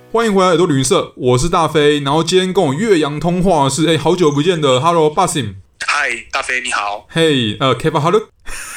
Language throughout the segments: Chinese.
欢迎回来耳朵旅行社，我是大飞。然后今天跟我岳阳通话的是，好久不见的 Hello Basim。 嗨，大飞你好。 嘿，Kayfa Haluk。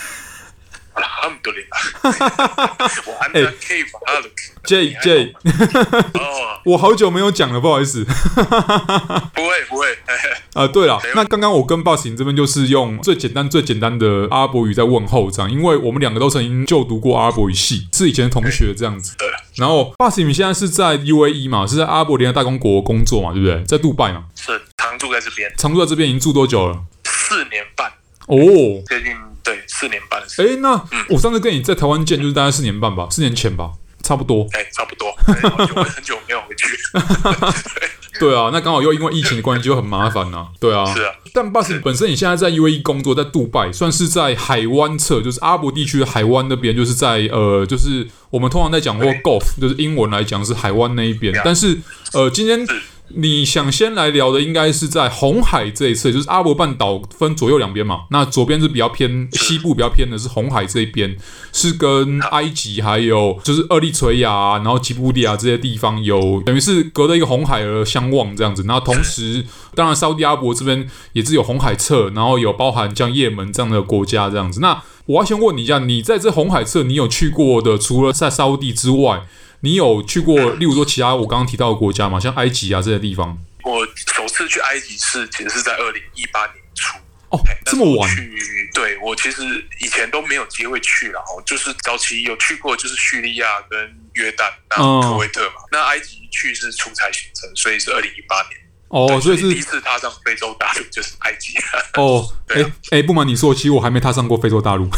我还没 Kayfa Haluk。J。我好久没有讲了，不好意思。 不会。 对了，那刚刚我跟 Basim 这边就是用最简单的阿拉伯语在问候这样，因为我们两个都曾经就读过阿拉伯语系，是以前的同学这样子。 对。 然后 Basim 现在是在 UAE 嘛，是在阿拉伯联合大公国工作嘛，对不对？在杜拜嘛。 是，常住在这边。 常住在这边已经住多久了 ？4年半。 哦， 接近对4年半的时间。 那我上次跟你在台湾见就是大概4年半吧，4年前吧，差不多。 差不多。很久没有回去。 对啊，那刚好又因为疫情的关系就很麻烦啊。对啊， 是啊。 但 Basim 本身你现在在 UAE 工作，在杜拜，算是在海湾侧，就是阿拉伯地区的海湾那边，就是在就是我们通常在讲或 Gulf， 就是英文来讲是海湾那一边。但是今天你想先来聊的应该是在红海这一侧，就是阿拉伯半岛分左右两边嘛。那左边是比较偏西部，比较偏的是红海这一边，是跟埃及还有就是厄立垂亚然后吉布提这些地方有等于是隔着一个红海而相望这样子。然后同时，当然沙烏地阿拉伯这边也是有红海侧，然后有包含像也门这样的国家这样子。那我要先问你一下，你在这红海侧你有去过的，除了在沙烏地之外，你有去过，例如说其他我刚刚提到的国家吗？像埃及这些地方。 我首次去埃及其实是在2018年初。 这么晚？ 对，我其实以前都没有机会去了，就是早期有去过，就是叙利亚跟约旦、科威特嘛。那埃及去是出差行程，所以是2018年。 所以是第一次踏上非洲大陆就是埃及。 不瞒你说，其实我还没踏上过非洲大陆。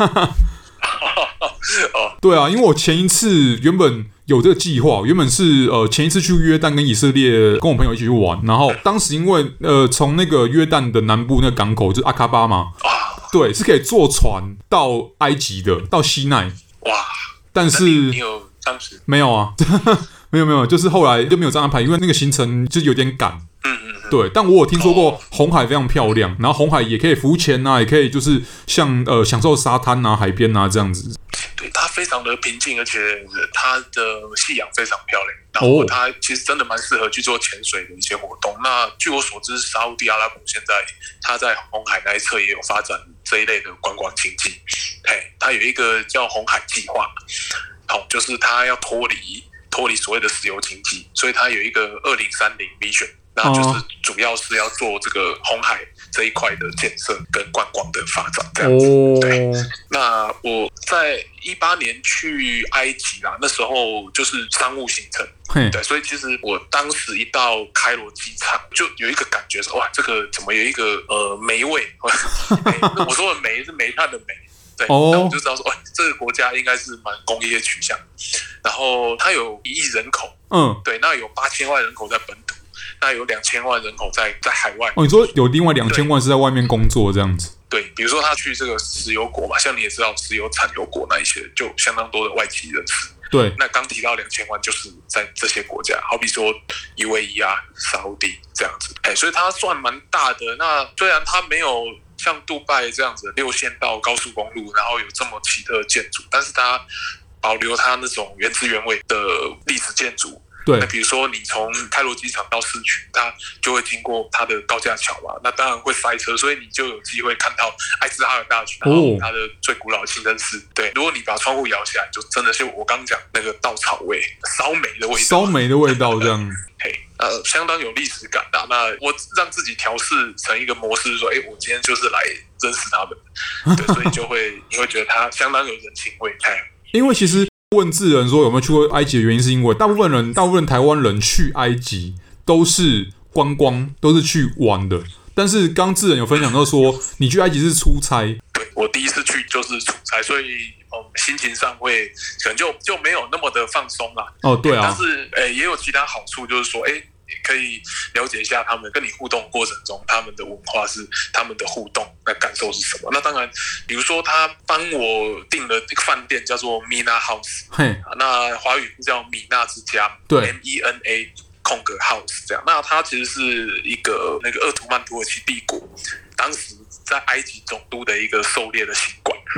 对啊，因为我前一次原本有这个计划，原本是前一次去约旦跟以色列跟我朋友一起去玩，然后当时因为从那个约旦的南部那个港口就是阿卡巴嘛，对，是可以坐船到埃及的，到西奈。 哇！ 但是你有当时没有啊？没有，就是后来就没有这样安排，因为那个行程就有点赶。对，但我有听说过红海非常漂亮，然后红海也可以浮潜也可以就是像享受沙滩海边这样子。 对，它非常的平静，而且它的夕阳非常漂亮。然后它其实真的蛮适合去做潜水的一些活动。那据我所知，沙烏地阿拉伯现在它在红海那一侧也有发展这一类的观光经济。它有一个叫红海计划，就是它要脱离所谓的石油经济，所以它有一个2030 vision。那就是主要是要做这个红海这一块的建设跟观光的发展这样子。对，那我在18年去埃及啦，那时候就是商务行程。对，所以其实我当时一到开罗机场，就有一个感觉是哇，这个怎么有一个煤味？我说的煤是煤炭的煤。对，那我就知道说，这个国家应该是蛮工业取向，然后它有1亿人口。对，那有8000万人口在本土。那有2000万人口在海外。你说有另外2000万是在外面工作这样子？ 对，比如说他去这个石油国嘛，像你也知道石油产油国那一些，就相当多的外籍人士。 对， 那刚提到2000万就是在这些国家，好比说 UAE 沙烏地这样子。所以它算蛮大的。那虽然它没有像杜拜这样子6线道高速公路，然后有这么奇特的建筑，但是它保留它那种原汁原味的历史建筑。 对， 那比如说你从开罗机场到市区，它就会经过它的高架桥嘛，那当然会塞车，所以你就有机会看到艾兹哈尔大学，然后它的最古老的清真寺。对，如果你把窗户摇起来，就真的是我刚讲那个稻草味、烧煤的味道， 烧煤的味道这样。 相当有历史感的。那我让自己调试成一个模式，说，我今天就是来认识他们，对，所以你会觉得它相当有人情味。 因为其实。问智人说有没有去过埃及的原因，是因为大部分台湾人去埃及都是观光，都是去玩的。但是刚智人有分享到说，你去埃及是出差。 对，我第一次去就是出差，所以心情上会可能就没有那么的放松啦。 对啊。 但是也有其他好处，就是说可以了解一下他们跟你互动过程中，他们的文化是他们的互动，那感受是什么？那当然，比如说他帮我订了一个饭店，叫做 Mina House， 那华语叫米娜之家， 对 ，MENA House 这样。那它其实是一个那个鄂图曼土耳其帝国当时在埃及总督的一个狩猎的行馆。 哇！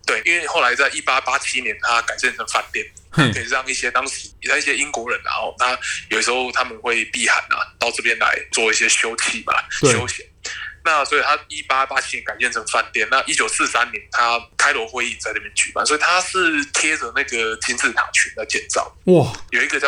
对，因为后来在1887年，它改建成饭店，可以让一些当时一些英国人啊，他有时候他们会避寒啊，到这边来做一些休憩嘛，休闲。那所以他1887年改建成饭店，那1943年他开罗会议在那边举办，所以他是贴着那个金字塔群的建造。哇，有一个叫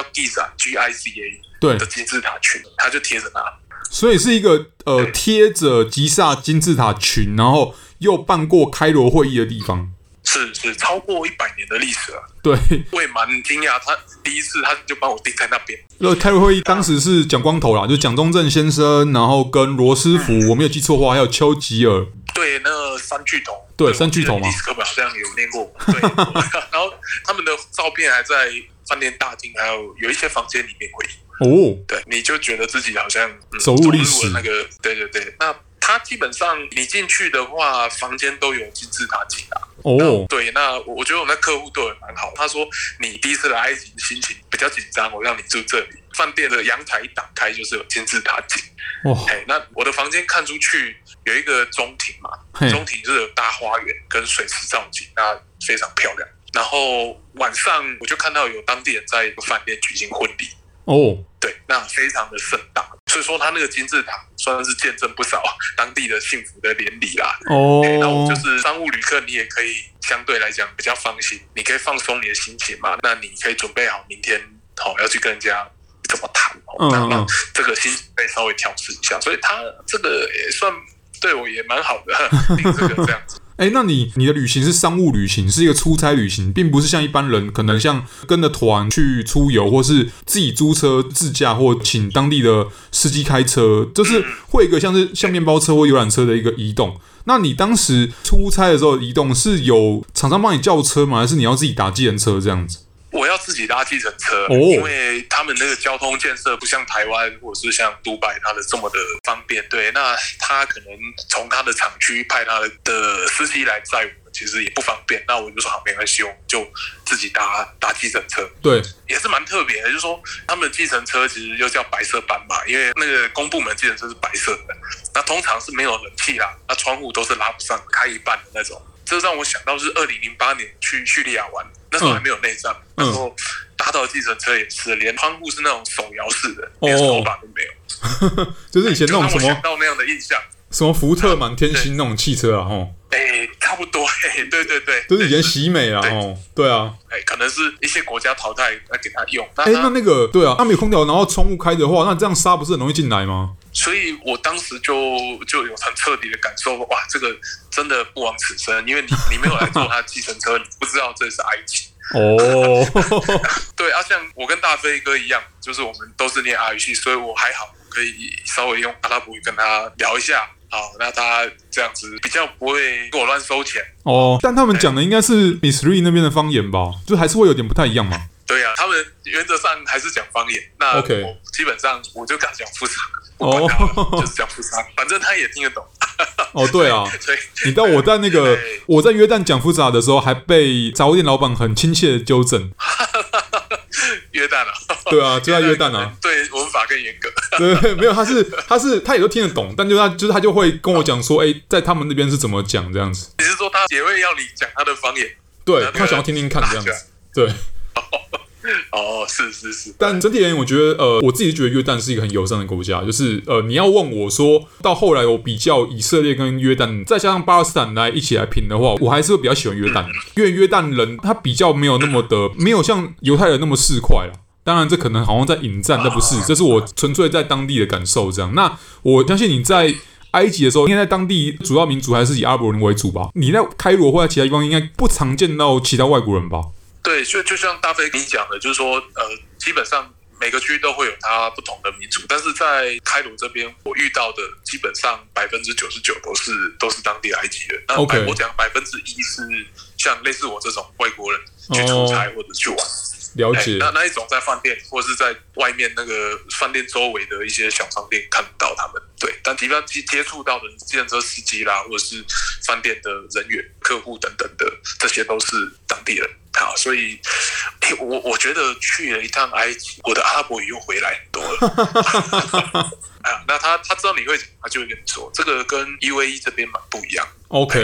Giza 的金字塔群，他就贴着那。 所以是一个贴着吉萨金字塔群，然后又办过开罗会议的地方。 是超过100年的历史了。 对， 我也蛮惊讶，他第一次他就帮我定在那边。 开罗会议当时是蒋光头啦，就蒋中正先生，然后跟罗斯福，我没有记错的话，还有丘吉尔。 对，那三巨头。 对，三巨头嘛。 历史课本好像有念过。对，然后他们的照片还在饭店大厅，还有一些房间里面会议。哦，对，你就觉得自己好像走入历史那个，对，那。它基本上你进去的话，房间都有金字塔景啊。哦，对，那我觉得我们的客户对我蛮好。他说你第一次来埃及，心情比较紧张，我让你住这里。饭店的阳台一打开就是有金字塔景。哦，那我的房间看出去有一个中庭嘛，中庭就是有大花园跟水池造景，那非常漂亮。然后晚上我就看到有当地人在一个饭店举行婚礼。哦，对，那非常的盛大。所以说，他那个金字塔算是见证不少当地的幸福的典礼啦。哦，那我就是商务旅客，你也可以相对来讲比较放心，你可以放松你的心情嘛。那你可以准备好明天要去跟人家怎么谈那这个心情可以稍微调试一下。所以他这个也算对我也蛮好的，定这个这样子。 那你的旅行是商务旅行，是一个出差旅行，并不是像一般人可能像跟着团去出游，或是自己租车自驾，或请当地的司机开车，就是会有一个像面包车或游览车的一个移动。那你当时出差的时候移动是有厂商帮你叫车吗？还是你要自己打计程车这样子？ 我要自己搭计程车，因为他们那个交通建设不像台湾或者是像杜拜它的这么的方便。对，那他可能从他的厂区派他的司机来载我，其实也不方便。那我就说好，没关系，我们就自己搭计程车。 对， 也是蛮特别的，就是说他们的计程车其实又叫白色斑马，因为那个公部门计程车是白色的，那通常是没有冷气啦，那窗户都是拉不上，开一半的那种。这让我想到是2008年去叙利亚玩，那时候还没有内战，那时候搭到计程车也是，连窗户是那种手摇式的，连手把都没有， 就是以前那种什么， 想到那样的印象， 什么福特满天星那种汽车啊， 差不多，对， 就是以前喜美啊，对啊， 可能是一些国家淘汰来给他用。 那个对啊，他没有空调，然后窗户开的话，那这样沙不是很容易进来吗？ 所以我当时就有很彻底的感受，哇，这个真的不枉此生，因为你没有来坐他的计程车，你不知道这是埃及。哦，对啊，像我跟大飞哥一样，就是我们都是念阿语系，所以我还好，可以稍微用阿拉伯语跟他聊一下。好，那他这样子比较不会跟我乱收钱。哦， 但他们讲的应该是 Misri 那边的方言吧？就还是会有点不太一样嘛。 对啊，他们原则上还是讲方言。那我基本上我就跟他讲复杂，就是讲复杂，反正他也听得懂。 哦，对啊，你知道我在我在约旦讲复杂的时候，还被杂货店老板很亲切的纠正。 约旦啊， 对啊，就在约旦啊， 对文法更严格。 对，没有，他也都听得懂，但他就会跟我讲说，在他们那边是怎么讲这样子。 你是说他也会要你讲他的方言？ 对，他想要听听看这样子，对。 哦，是。 但整体而言，我觉得我自己觉得约旦是一个很友善的国家。就是你要问我说，到后来我比较以色列跟约旦，再加上巴勒斯坦一起来评的话，我还是会比较喜欢约旦，因为约旦人他比较没有那么的，没有像犹太人那么市侩啦。当然，这可能好像在引战，但不是，这是我纯粹在当地的感受。这样，那我相信你在埃及的时候，应该在当地主要民族还是以阿拉伯人为主吧？你在开罗或者其他地方，应该不常见到其他外国人吧？对， 就像大飞跟你讲的，就是说，基本上每个区都会有它不同的民族，但是在开罗这边，我遇到的基本上99%都是当地的埃及人。那我讲1%是像类似我这种外国人去出差或者去玩。 了解， 那一种在饭店或者是在外面那个饭店周围的一些小商店看不到他们，对，但比较接触到的计程车司机啦，或者是饭店的人员、客户等等的，这些都是当地人。好，所以我觉得去了一趟埃及，我的阿拉伯语又回来很多了。那他知道你会讲，他就会跟你说，这个跟 UAE 这边蛮不一样。 OK。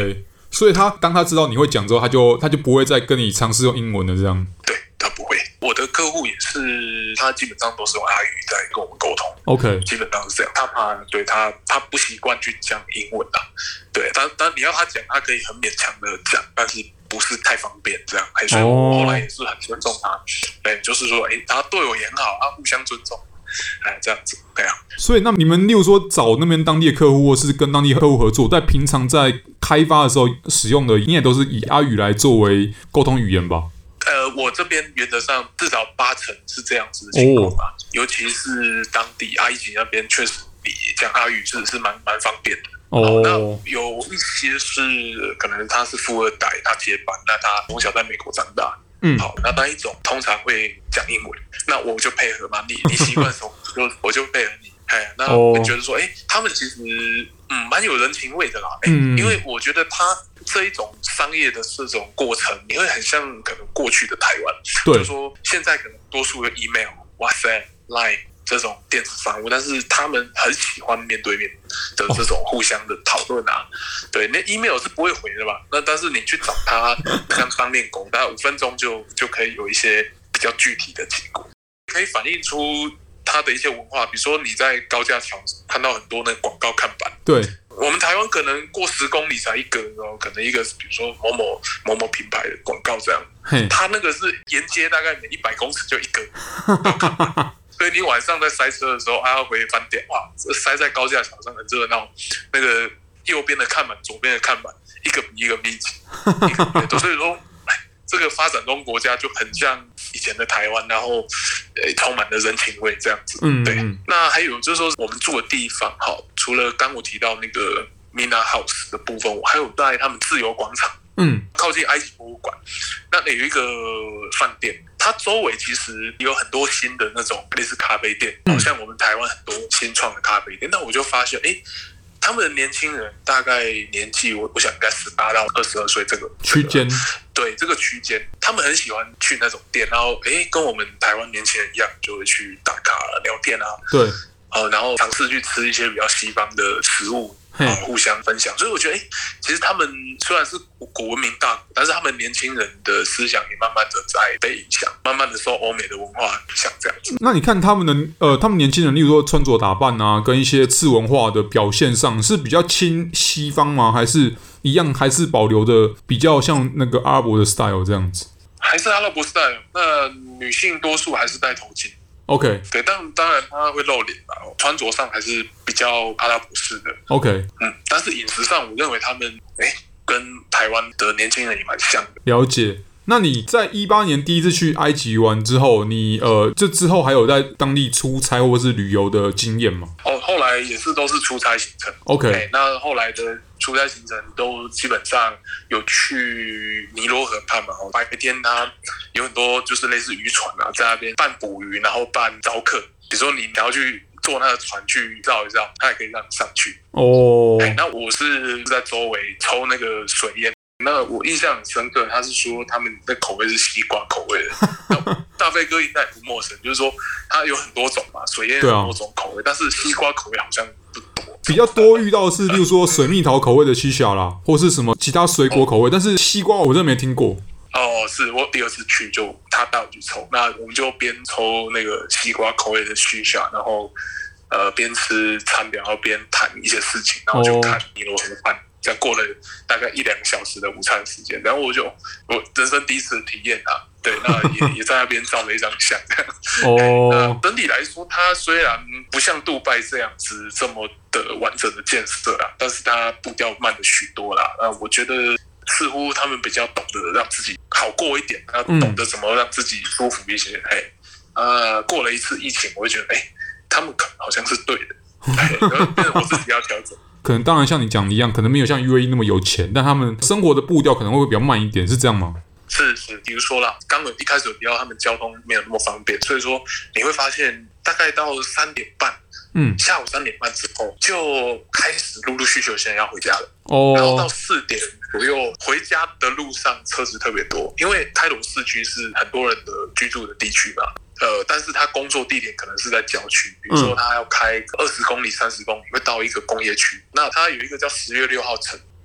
所以当他知道你会讲之后，他就不会再跟你尝试用英文了，这样。 对，他不会。我的客户也是，他基本上都是用阿语在跟我们沟通。 OK， 基本上是这样。他不习惯去讲英文啊。对，但你要他讲，他可以很勉强的讲，但是不是太方便这样。所以我后来也是很尊重他。对，就是说，他对我也很好，他互相尊重。这样子，对啊。 所以那你们例如说找那边当地的客户，或是跟当地客户合作，在平常在开发的时候使用的，应该都是以阿语来作为沟通语言吧？ 我这边原则上至少80%是这样子的情况吧。尤其是当地埃及那边，确实比讲阿语是蛮方便的。那有一些是可能他是富二代，他接班，那他从小在美国长大。好，那一种通常会讲英文，那我就配合嘛，你习惯什么，我就配合你。那我觉得说，他们其实蛮有人情味的啦。因为我觉得他这一种商业的这种过程，你会很像可能过去的台湾，就是说现在可能多数的 email、WhatsApp、Line 这种电子商务，但是他们很喜欢面对面的这种互相的讨论啊。对，那 email 是不会回的吧？那但是你去找他，像当面沟，大概5分钟就可以有一些比较具体的结果，可以反映出他的一些文化。比如说你在高架桥看到很多那广告看板， 对， 我们台湾可能过10公里才一个哦，可能一个比如说某某品牌的广告这样，他那个是沿街大概每100公尺就一个。所以你晚上在塞车的时候，还要回饭店，哇，塞在高架桥上很热闹。那个右边的看板，左边的看板，一个比一个密集。所以说，这个发展中国家就很像以前的台湾，然后充满了人情味这样子。对。那还有就是说，我们住的地方，好，除了刚我提到那个 Mina House 的部分，我还有在他们自由广场。靠近埃及博物馆，那有一个饭店，它周围其实有很多新的那种类似咖啡店，像我们台湾很多新创的咖啡店。那我就发现，他们的年轻人大概年纪，我想应该18到22岁这个区间， 对这个区间，他们很喜欢去那种店，然后跟我们台湾年轻人一样，就会去打卡聊天啊， 对， 然后尝试去吃一些比较西方的食物。互相分享，所以我觉得，其实他们虽然是古文明大国，但是他们年轻人的思想也慢慢的在被影响，慢慢的受欧美的文化影响，这样子。 那你看他们年轻人，例如说穿着打扮啊，跟一些次文化的表现上，是比较亲西方吗？还是一样，还是保留的比较像那个阿拉伯的 style 这样子？ 还是阿拉伯 style， 那女性多数还是戴头巾。 OK， 对，但当然他会露脸吧，穿着上还是比较阿拉伯式的。 OK， 但是饮食上，我认为他们跟台湾的年轻人也蛮像的。 了解。那你在18年第一次去埃及玩之后，你这之后还有在当地出差或是旅游的经验吗？ 后来也是都是出差行程。 OK， 那后来的出差行程都基本上有去尼罗河畔嘛，白天它有很多就是类似渔船啊，在那边半捕鱼，然后半招客。比如说你要去坐那个船去绕一绕，它也可以让你上去。那我是在周围抽那个水烟。那我印象很深刻，他是说他们的口味是西瓜口味的。大飞哥应该也不陌生，就是说它有很多种嘛，水烟有很多种口味，但是西瓜口味好像不多。 比较多遇到的是，例如说水蜜桃口味的西夏啦，或是什么其他水果口味，但是西瓜我真的没听过。 是我第2次去就他带我去抽，那我们就边抽那个西瓜口味的西夏，然后边吃餐点，然后边谈一些事情，然后就看尼罗河畔。这样过了大概1-2个小时的午餐时间，然后我人生第一次的体验啊，对，那也在那边照了一张相。那整体来说，它虽然不像杜拜这样子这么的完整的建设啦，但是它步调慢了许多啦。那我觉得似乎他们比较懂得让自己好过一点，懂得怎么让自己舒服一些。过了一次疫情，我会觉得，他们可能好像是对的，然后变成我自己要调整。 可能当然像你讲的一样，可能没有像 UAE 那么有钱，但他们生活的步调可能会比较慢一点，是这样吗？ 是，比如说啦，刚一开始有提到他们交通没有那么方便，所以说你会发现大概到3点半，下午3点半之后就开始陆陆续续有些人要回家了。然后到4点左右回家的路上车子特别多，因为开罗市区是很多人的居住的地区嘛。但是他工作地点可能是在郊区，比如说他要开20公里、30公里会到一个工业区，那他有一个叫10月6号城，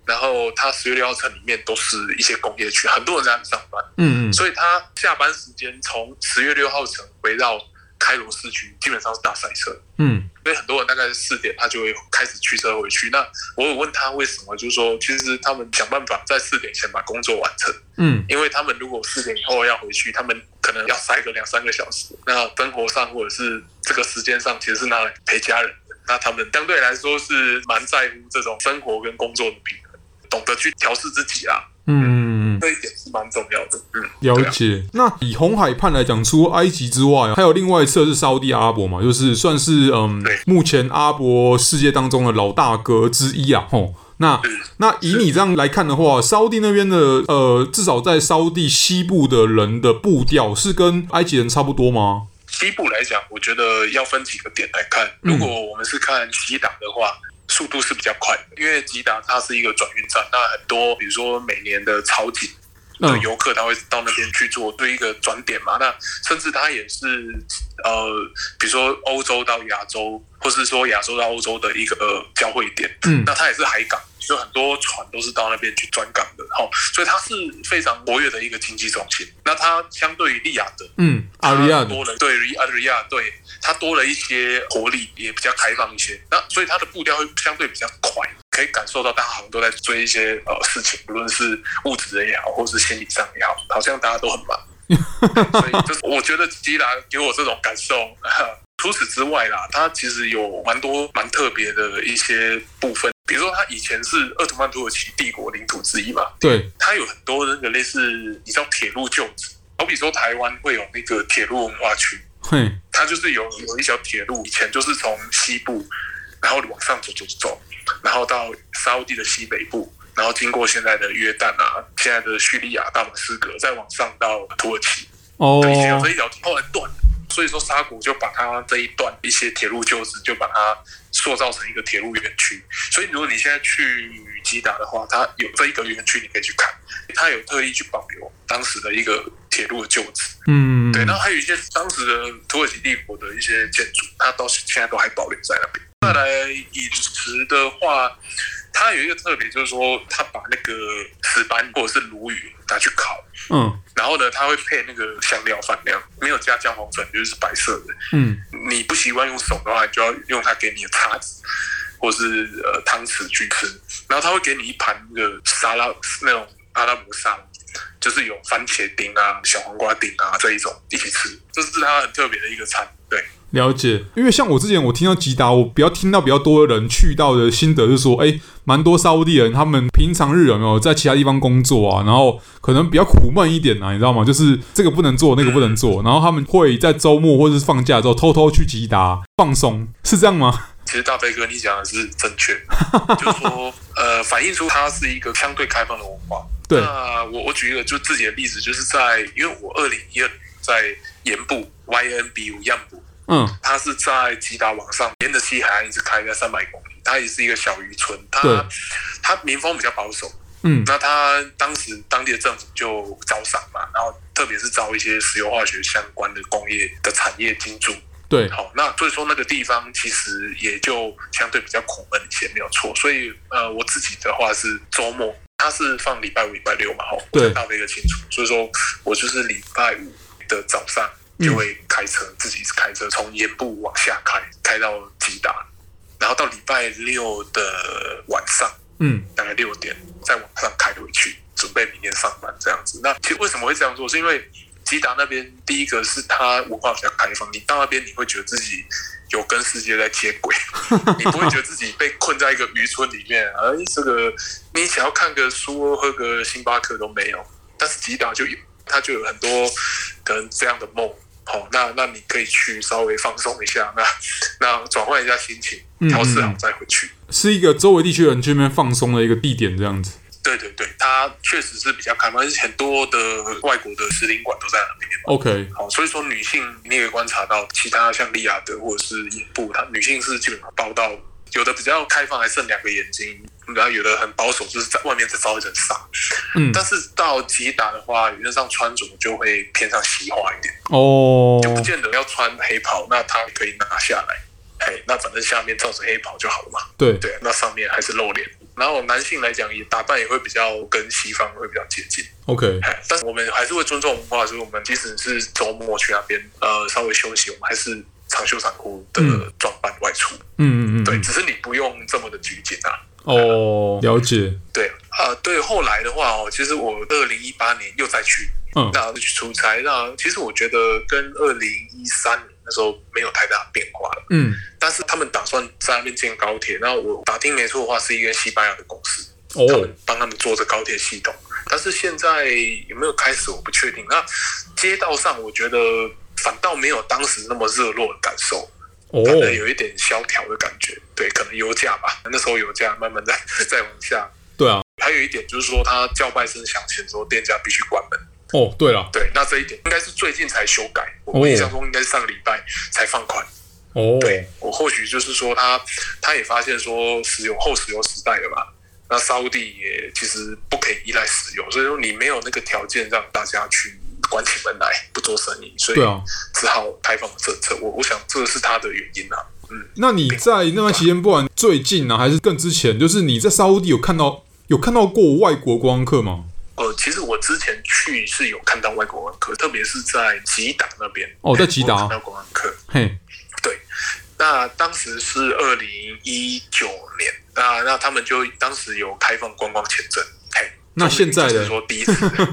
然后它10月6号城里面都是一些工业区，很多人在那里上班，所以它下班时间从10月6号城回绕开罗市区基本上是大塞车，所以很多人大概4点他就会开始驱车回去。那我有问他为什么，就是说其实他们想办法在4点前把工作完成，因为他们如果4点以后要回去，他们可能要塞个2-3个小时，那生活上或者是这个时间上其实是拿来陪家人的，那他们相对来说是蛮在乎这种生活跟工作的平衡，懂得去调试自己啦。这一点是蛮重要的。 了解。那以红海畔来讲，除了埃及之外，还有另外一侧是沙烏地阿拉伯嘛，就是算是目前阿拉伯世界当中的老大哥之一啊。那以你这样来看的话，沙烏地那边的至少在沙烏地西部的人的步调是跟埃及人差不多吗？ 西部来讲，我觉得要分几个点来看。如果我们是看吉达的话，速度是比较快的，因为吉达它是一个转运站，那很多比如说每年的潮景的游客他会到那边去做一个转点嘛，那甚至它也是比如说欧洲到亚洲，或是说亚洲到欧洲的一个交汇点，那它也是海港，就很多船都是到那边去转港的，所以它是非常活跃的一个经济中心。那它相对于利雅得， 阿里亚多了，对，阿里亚，对，它多了一些活力，也比较开放一些。那所以它的步调会相对比较快，可以感受到大家好像都在追一些事情，无论是物质的也好，或是心理上也好，好像大家都很忙。所以就是我觉得吉达给我这种感受。除此之外啦，它其实有蛮多蛮特别的一些部分，比如说它以前是鄂图曼土耳其帝国领土之一嘛， 对， 它有很多那个类似你知道铁路旧址，好比说台湾会有那个铁路文化区，它就是有一条铁路，以前就是从西部，然后往上走，然后到沙烏地的西北部，然后经过现在的约旦啊，现在的叙利亚、大马士革，再往上到土耳其。以前有这一条，后来断了。所以说沙国就把它这一段一些铁路旧址就把它塑造成一个铁路园区，所以如果你现在去吉达的话，它有这一个园区你可以去看，它有特意去保留当时的一个铁路的旧址，对，然后还有一些当时的土耳其帝国的一些建筑，它到现在都还保留在那边。再来饮食的话，它有一个特别，就是说它把那个石斑或者是鲈鱼拿去烤，然后呢，它会配那个香料饭那样，没有加姜黄粉，就是白色的。你不习惯用手的话，你就要用它给你的叉子或是汤匙去吃。然后它会给你一盘那个沙拉，那种阿拉伯沙拉，就是有番茄丁啊、小黄瓜丁啊这一种一起吃，这是它很特别的一个餐。对。 了解，因为像我之前我听到吉达，我听到比较多的人去到的心得是说，蛮多沙烏地人他们平常日有没有在其他地方工作啊，然后可能比较苦闷一点啊，你知道吗？就是这个不能做，那个不能做，然后他们会在周末或是放假之后偷偷去吉达放松，是这样吗？ 其实大飞哥你讲的是正确，就是说反映出它是一个相对开放的文化。 对， 那我举一个就自己的例子，就是因为我2012年在盐部 YNB 样部。它是在吉达往上，沿着西海岸一直开在300公里，它也是一个小渔村，它民风比较保守，那它当时当地的政府就招商嘛，然后特别是招一些石油化学相关的工业的产业进驻， 对， 好，那所以说那个地方其实也就相对比较苦闷一些，没有错。所以我自己的话是周末，它是放礼拜5、礼拜6嘛，我大概一个清楚，所以说我就是礼拜5的早上。就会开车，自己开车从盐部往下开到吉达，然后到礼拜6的晚上，大概6点再往上开回去，准备明天上班这样子。那其实为什么会这样做？是因为吉达那边第一个是它文化比较开放，你到那边你会觉得自己有跟世界在接轨，你不会觉得自己被困在一个渔村里面，这个你想要看个书喝个星巴克都没有，但是吉达就有，它就有很多可能这样的梦。那你可以去稍微放松一下，那转换一下心情，调试好再回去， 是一个周围地区人去那边放松的一个地点，这样子。 对，它确实是比较开放，而且很多的外国的使领馆都在那边。 OK， 好，所以说女性你也可以观察到，其他像利雅得或者是盐部，它女性是基本上包到，有的比较开放，还剩2个眼睛。然后有的很保守，就是在外面再招一层纱。但是到吉达的话，原则上穿着就会偏向西化一点。就不见得要穿黑袍，那它可以拿下来。那反正下面罩着黑袍就好了嘛。 对， 那上面还是露脸。 然后男性来讲也打扮也会比较跟西方会比较接近。 OK， 但是我们还是会尊重文化，所以我们即使是周末去那边稍微休息，我们还是长袖长裤的装扮外出。对，只是你不用这么的拘谨啊。 哦，了解。 对对，后来的话其实我2018年又再去，那去出差。那其实我觉得跟2013年那时候没有太大的变化了。但是他们打算在那边建高铁，那我打听没错的话是一个西班牙的公司，他们帮他们做着高铁系统。但是现在有没有开始我不确定。那街道上我觉得反倒没有当时那么热络的感受。反而有一点萧条的感觉。对，可能油价吧，那时候油价慢慢再往下。 对啊， 还有一点就是说，他叫卖声响前之后，店家必须关门。 对了， 对，那这一点应该是最近才修改，我印象中应该是上个礼拜才放宽。对，我或许就是说他也发现说后石油时代了吧，那沙烏地也其实不可以依赖石油，所以说你没有那个条件让大家去关起门来不做生意，所以只好开放政策。我想这个是他的原因啊。 那你在那段期间，不管最近还是更之前，就是你在沙烏地有看到过外国观光客吗？ 其实我之前去是有看到外国观光客，特别是在吉达那边。 在吉达看到观光客。对。那当时是2019年，那他们就当时有开放观光签证。 那现在就是说第一次。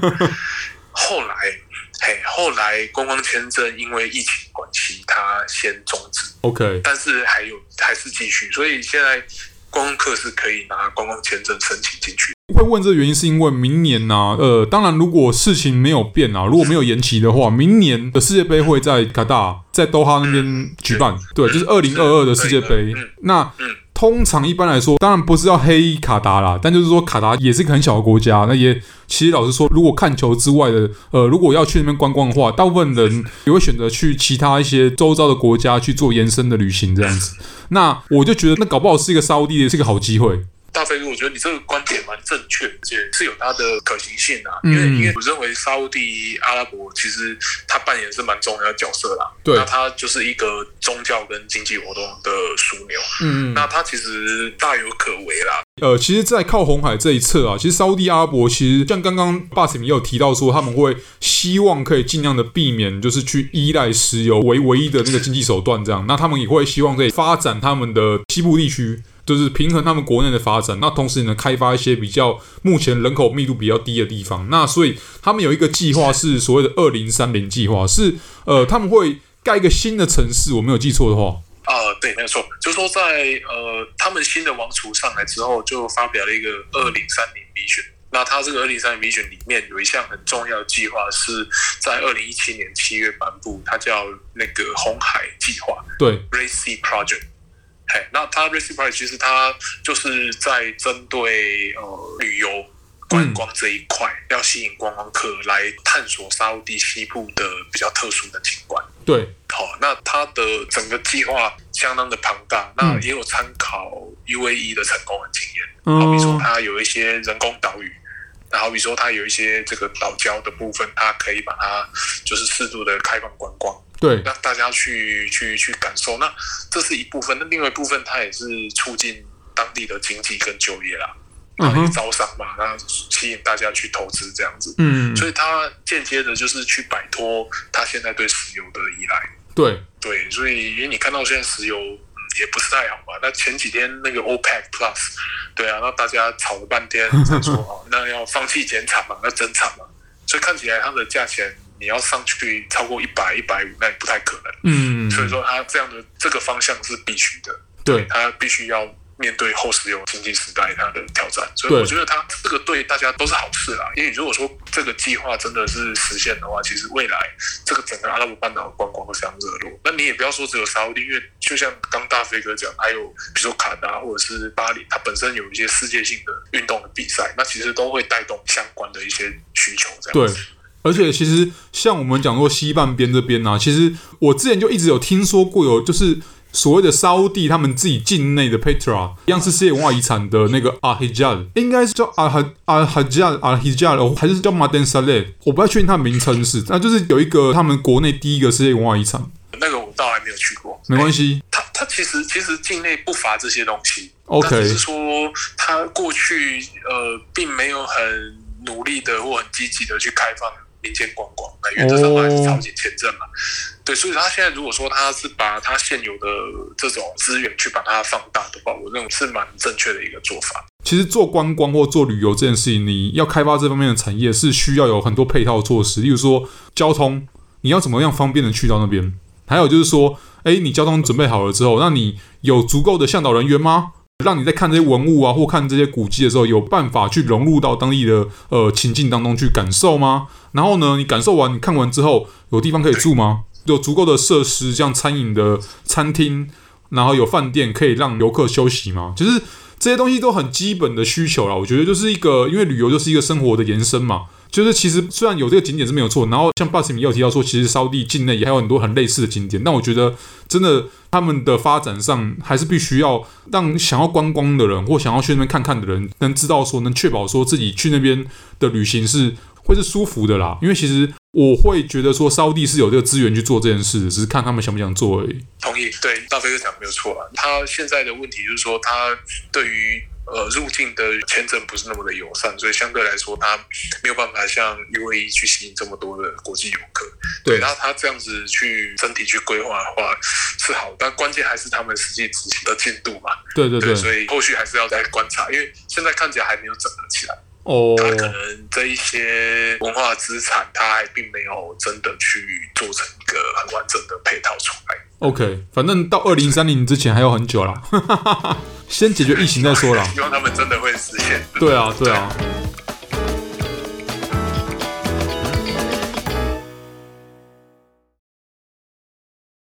后来观光签证因为疫情关系，它先终止。OK， 但是还是继续，所以现在观光客是可以拿观光签证申请进去。 会问这个原因是因为明年当然如果事情没有变如果没有延期的话，明年的世界杯会在卡达尔，在多哈那边举办。对，就是2022的世界杯。那通常一般来说，当然不是要黑卡达啦，但就是说卡达也是一个很小的国家。那也其实老实说，如果看球之外的，如果要去那边观光的话，大部分人也会选择去其他一些周遭的国家去做延伸的旅行这样子。那我就觉得，那搞不好是一个沙烏地的是一个好机会。 大飞哥，我觉得你这个观点蛮正确，而且是有它的可行性啊。因为我认为沙烏地阿拉伯其实它扮演是蛮重要的角色啦。对，那它就是一个宗教跟经济活动的枢纽。那它其实大有可为啦。 其实，在靠红海这一侧其实沙烏地阿拉伯其实像刚刚Basim也有提到说，他们会希望可以尽量的避免就是去依赖石油为唯一的那个经济手段这样。那他们也会希望可以发展他们的西部地区。就是平衡他们国内的发展，那同时呢开发一些比较目前人口密度比较低的地方。那所以他们有一个计划是所谓的2030计划，是他们会盖一个新的城市，我没有记错的话。 对，没有错，就是说在他们新的王储上来之后，就发表了一个2030 Vision。那他这个2030 Vision 里面有一项很重要的计划，是在2017年7月颁布，它叫那个红海计划，对 ，Red Sea Project。那它 Red Sea Project 其实它就是在针对旅游观光这一块，要吸引观光客来探索沙烏地西部的比较特殊的景观。对，那它的整个计划相当的庞大，那也有参考 UAE 的成功的经验。好比说它有一些人工岛屿，然后比如说它有一些这个岛礁的部分，它可以把它就是适度的开放观光。对，让大家去感受，那这是一部分。那另外一部分，它也是促进当地的经济跟就业啦，然后招商嘛，那吸引大家去投资这样子。所以它间接的就是去摆脱它现在对石油的依赖。对，所以因为你看到现在石油也不是太好嘛，那前几天那个 OPEC Plus， 对啊，那大家吵了半天才说那要放弃减产嘛，要增产嘛，所以看起来它的价钱。你要上去超过100、150，那也不太可能。所以说它这样的这个方向是必须的。对，它必须要面对后石油经济时代它的挑战。所以我觉得它这个对大家都是好事啦。因为如果说这个计划真的是实现的话，其实未来这个整个阿拉伯半岛的观光会非常热络。那你也不要说只有沙烏地，因为就像刚大飞哥讲，还有比如说卡达或者是巴黎，它本身有一些世界性的运动的比赛，那其实都会带动相关的一些需求这样子。对。 而且其实像我们讲过西半边这边其实我之前就一直有听说过有就是所谓的沙烏地他们自己境内的 Petra 一样是世界文化遗产的那个 Al-Hijaz， 应该是叫 Al-Hijaz 还是叫 Maden Saleh， 我不太确定它的名称那就是有一个他们国内第一个世界文化遗产。 那个我倒还没有去过， 没关系。 它他其实境内不乏这些东西 ，OK， 但只是说他过去并没有很努力的或很积极的去开放民间观光，那原则上还是超级签证嘛。对，所以他现在如果说他是把他现有的这种资源去把它放大的话，我认为是蛮正确的一个做法。 其实做观光或做旅游这件事情，你要开发这方面的产业是需要有很多配套措施，例如说交通，你要怎么样方便的去到那边？还有就是说，你交通准备好了之后，那你有足够的向导人员吗？让你在看这些文物啊，或看这些古迹的时候，有办法去融入到当地的情境当中去感受吗？然后呢，你感受完、你看完之后，有地方可以住吗？有足够的设施，像餐饮的餐厅，然后有饭店可以让游客休息吗？就是这些东西都很基本的需求啦。我觉得就是一个，因为旅游就是一个生活的延伸嘛。就是其实虽然有这个景点是没有错，然后像巴斯米也有提到说，其实沙地境内也还有很多很类似的景点，但我觉得真的他们的发展上还是必须要让想要观光的人或想要去那边看看的人能知道说，能确保说自己去那边的旅行会是舒服的啦。因为其实我会觉得说，沙地是有这个资源去做这件事的，只是看他们想不想做而已。 同意，对，大飞哥讲没有错啊。他现在的问题就是说，他对于入境的签证不是那么的友善，所以相对来说，他没有办法像 UAE 去吸引这么多的国际游客。对，然后他这样子去整体去规划的话是好，但关键还是他们实际执行的进度嘛。对，所以后续还是要再观察，因为现在看起来还没有整合起来。他可能这一些文化资产，他还并没有真的去做成一个很完整的配套出来。 OK， 反正到2030之前还有很久啦，先解决疫情再说啦。 希望他们真的会实现。 对啊。